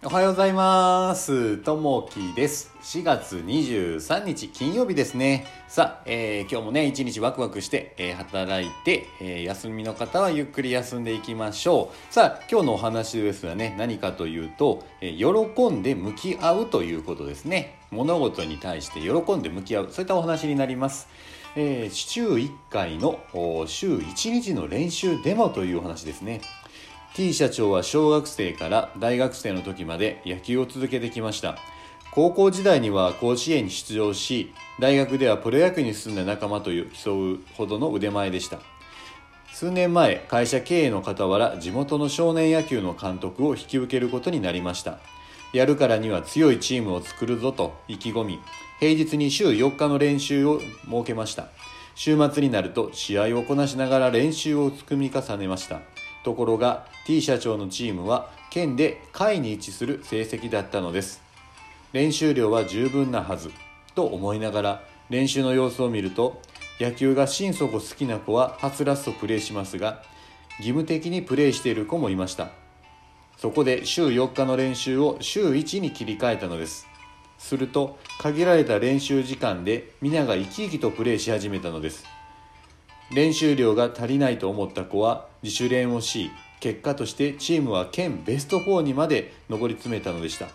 おはようございます。ともきです。4月23日金曜日ですね。さあ、今日もね一日ワクワクして、働いて、休みの方はゆっくり休んでいきましょう。さあ、今日のお話ですがね、何かというと、喜んで向き合うということですね。物事に対して喜んで向き合う、そういったお話になります。週1回の週1日の練習デモというお話ですね。T 社長は小学生から大学生の時まで野球を続けてきました。高校時代には甲子園に出場し、大学ではプロ野球に進んだ仲間と競うほどの腕前でした。数年前、会社経営の傍ら地元の少年野球の監督を引き受けることになりました。やるからには強いチームを作るぞと意気込み、平日に週4日の練習を設けました。週末になると試合をこなしながら練習を積み重ねました。ところが T 社長のチームは県で下位に位置する成績だったのです。練習量は十分なはずと思いながら練習の様子を見ると、野球が心底好きな子ははつらつとプレーしますが、義務的にプレーしている子もいました。そこで週4日の練習を週1に切り替えたのです。すると限られた練習時間で皆が生き生きとプレーし始めたのです。練習量が足りないと思った子は自主練をし、結果としてチームは県ベスト4にまで上り詰めたのでした。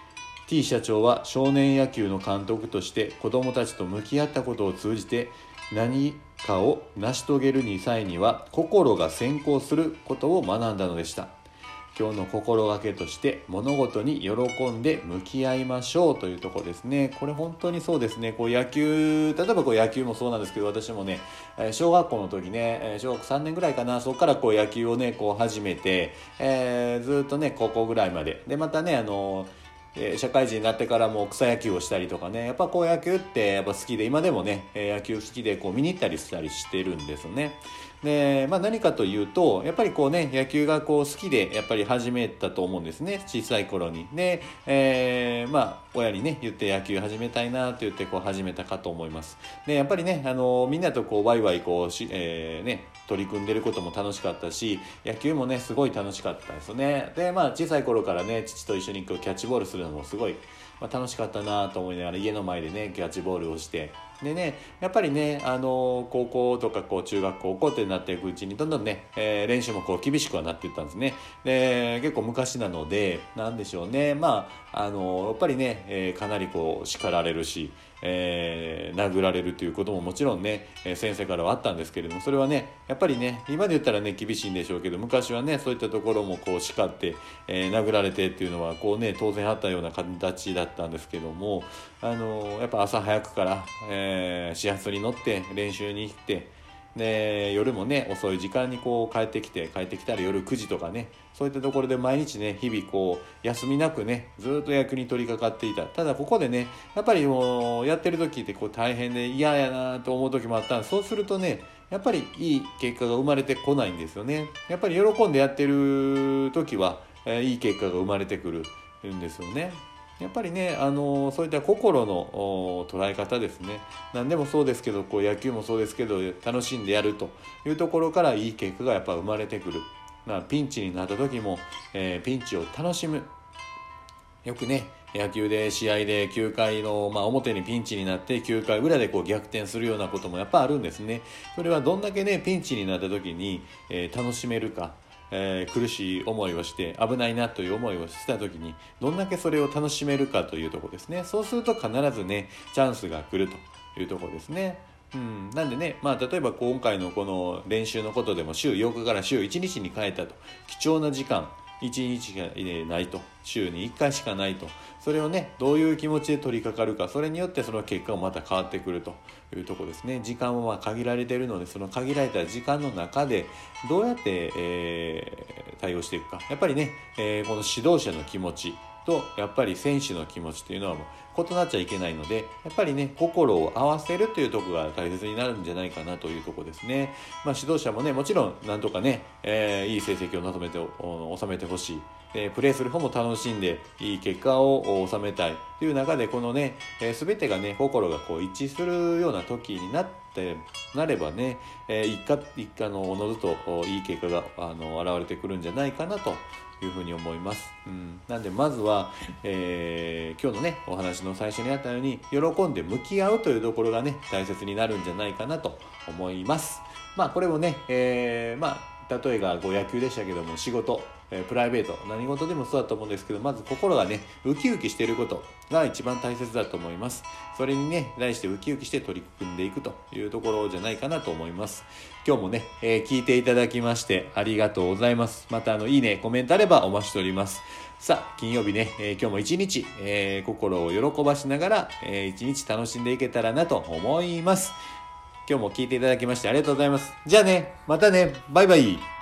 T 社長は少年野球の監督として子どもたちと向き合ったことを通じて、何かを成し遂げる際には心が先行することを学んだのでした。今日の心がけとして、物事に喜んで向き合いましょうというところですね。これ本当にそうですね。野球、例えば野球もそうなんですけど、私もね小学校の時ね、小学3年ぐらいかな、そこから野球をね始めて、ずっとね高校ぐらいまでで、またね社会人になってからも草野球をしたりとかね、やっぱ野球ってやっぱ好きで、今でもね野球好きで見に行ったりしたりしてるんですね。で、何かというと、やっぱり野球が好きでやっぱり始めたと思うんですね、小さい頃に。で、親にね言って野球始めたいなって言って始めたかと思います。で、やっぱりねみんなとワイワイ取り組んでることも楽しかったし、野球もねすごい楽しかったですよね。で、小さい頃からね父と一緒にキャッチボールするのもすごい楽しかったなと思いながら、家の前でねキャッチボールをして、でね、やっぱりね高校とか中学高校ってなっていくうちにどんどんね、練習も厳しくはなっていったんですね。で、結構昔なのでなんでしょうね、やっぱりね、かなり叱られるし、殴られるということももちろんね、先生からはあったんですけれども、それはねやっぱりね今で言ったらね厳しいんでしょうけど、昔はねそういったところも叱って、殴られてっていうのは当然あったような形だったんですけども、やっぱ朝早くから、始発に乗って練習に行って、で夜もね遅い時間に帰ってきたら夜9時とかね、そういったところで毎日ね日々休みなくねずっと野球に取り掛かっていた。ただここでねやっぱりもうやってる時って大変で嫌やなと思う時もあったんです。そうするとねやっぱりいい結果が生まれてこないんですよね。やっぱり喜んでやってる時は、いい結果が生まれてくるんですよね。やっぱりね、そういった心の捉え方ですね。何でもそうですけど、野球もそうですけど、楽しんでやるというところからいい結果がやっぱ生まれてくる。ピンチになった時も、ピンチを楽しむ。よくね、野球で試合で9回の、表にピンチになって9回裏で逆転するようなこともやっぱあるんですね。それはどんだけね、ピンチになった時に、楽しめるか。苦しい思いをして危ないなという思いをした時にどんだけそれを楽しめるかというところですね。そうすると必ずねチャンスが来るというところですね。なんでね、例えば今回のこの練習のことでも週8日から週1日に変えたと、貴重な時間1日がないと、週に1回しかないと、それをねどういう気持ちで取り掛かるか、それによってその結果もまた変わってくるというところですね。時間は限られているので、その限られた時間の中でどうやって、対応していくか。やっぱりね、この指導者の気持ちとやっぱり選手の気持ちというのはもう異なっちゃいけないので、やっぱりね心を合わせるというところが大切になるんじゃないかなというところですね。指導者もねもちろんなんとかね、いい成績を収めてほしい、プレーする方も楽しんでいい結果を収めたいという中で、このね、全てがね心が一致するような時になればね、一家のおのずといい結果が現れてくるんじゃないかなというふうに思います。なんでまずは、今日のねお話の最初にあったように喜んで向き合うというところがね大切になるんじゃないかなと思います。これもね、例えが野球でしたけども、仕事、プライベート何事でもそうだと思うんですけど、まず心がねウキウキしていることが一番大切だと思います。それにね対してウキウキして取り組んでいくというところじゃないかなと思います。今日もね、聞いていただきましてありがとうございます。またいいねコメントあればお待ちしております。さあ金曜日ね、今日も一日、心を喜ばしながら、一日楽しんでいけたらなと思います。今日も聞いていただきましてありがとうございます。じゃあね、またね、バイバイ。